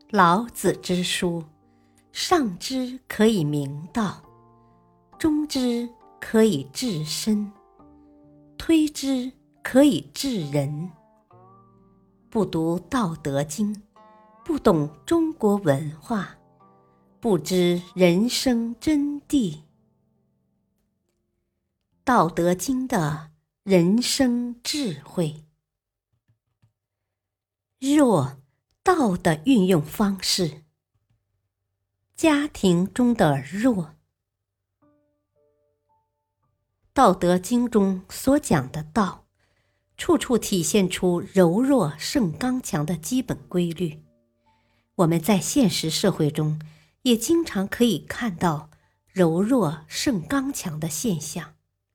老子之书，上之可以明道，中之可以治身，推之可以治人。不读《道德经》，不懂中国文化，不知人生真谛。《道德经》的人生智慧。弱，道的运用方式。家庭中的弱。《道德经》中所讲的道，处处体现出柔弱胜刚强的基本规律。我们在现实社会中也经常可以看到柔弱胜刚强的现象。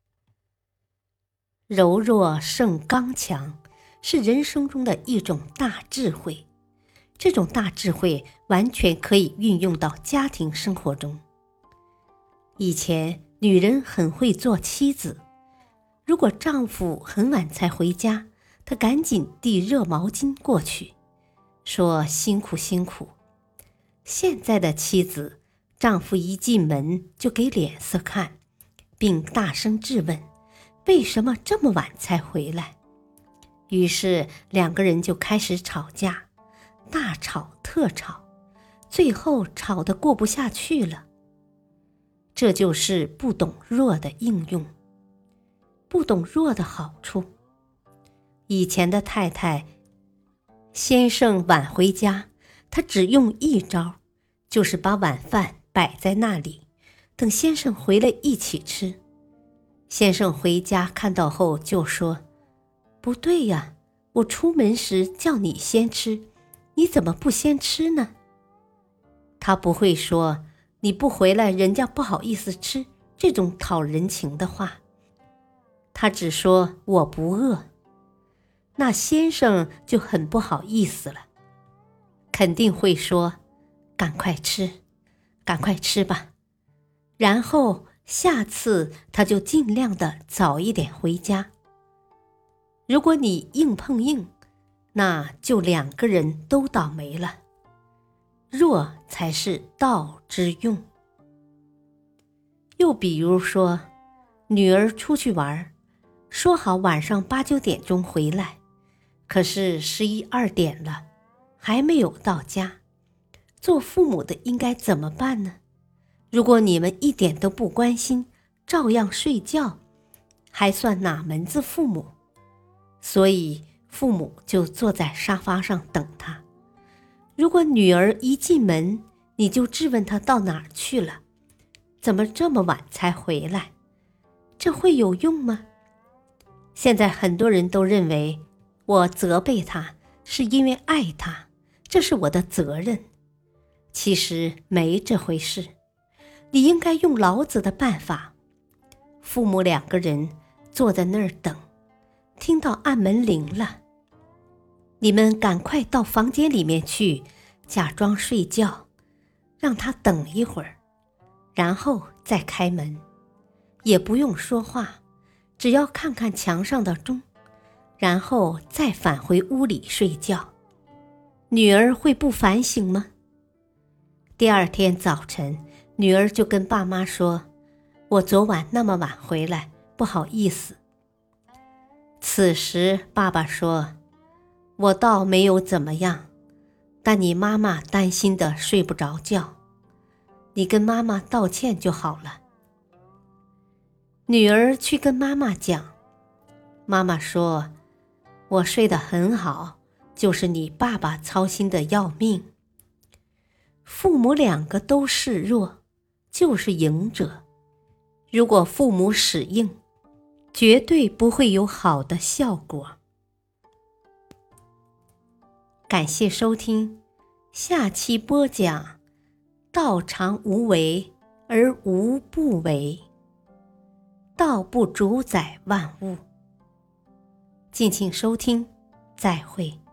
柔弱胜刚强是人生中的一种大智慧，这种大智慧完全可以运用到家庭生活中。以前女人很会做妻子，如果丈夫很晚才回家，她赶紧递热毛巾过去，说辛苦辛苦。现在的妻子，丈夫一进门就给脸色看，并大声质问为什么这么晚才回来。于是两个人就开始吵架，大吵特吵，最后吵得过不下去了。这就是不懂弱的应用，不懂弱的好处。以前的太太，先生晚回家，她只用一招，就是把晚饭摆在那里，等先生回来一起吃。先生回家看到后就说，不对呀，我出门时叫你先吃，你怎么不先吃呢？他不会说你不回来人家不好意思吃这种讨人情的话，他只说我不饿。那先生就很不好意思了，肯定会说赶快吃，赶快吃吧。然后下次他就尽量的早一点回家。如果你硬碰硬，那就两个人都倒霉了。弱才是道之用。又比如说，女儿出去玩，说好晚上8、9点钟回来，可是11、2点了，还没有到家。做父母的应该怎么办呢？如果你们一点都不关心，照样睡觉，还算哪门子父母？所以父母就坐在沙发上等他。如果女儿一进门，你就质问她到哪儿去了，怎么这么晚才回来？这会有用吗？现在很多人都认为，我责备她是因为爱她，这是我的责任。其实没这回事，你应该用老子的办法。父母两个人坐在那儿等，听到按门铃了，你们赶快到房间里面去，假装睡觉，让他等一会儿，然后再开门。也不用说话，只要看看墙上的钟，然后再返回屋里睡觉。女儿会不反省吗？第二天早晨，女儿就跟爸妈说，我昨晚那么晚回来，不好意思。此时爸爸说，我倒没有怎么样，但你妈妈担心的睡不着觉，你跟妈妈道歉就好了。女儿去跟妈妈讲，妈妈说，我睡得很好，就是你爸爸操心的要命。父母两个都示弱，就是赢者。如果父母使硬，绝对不会有好的效果。感谢收听，下期播讲道常无为而无不为，道不主宰万物。敬请收听，再会。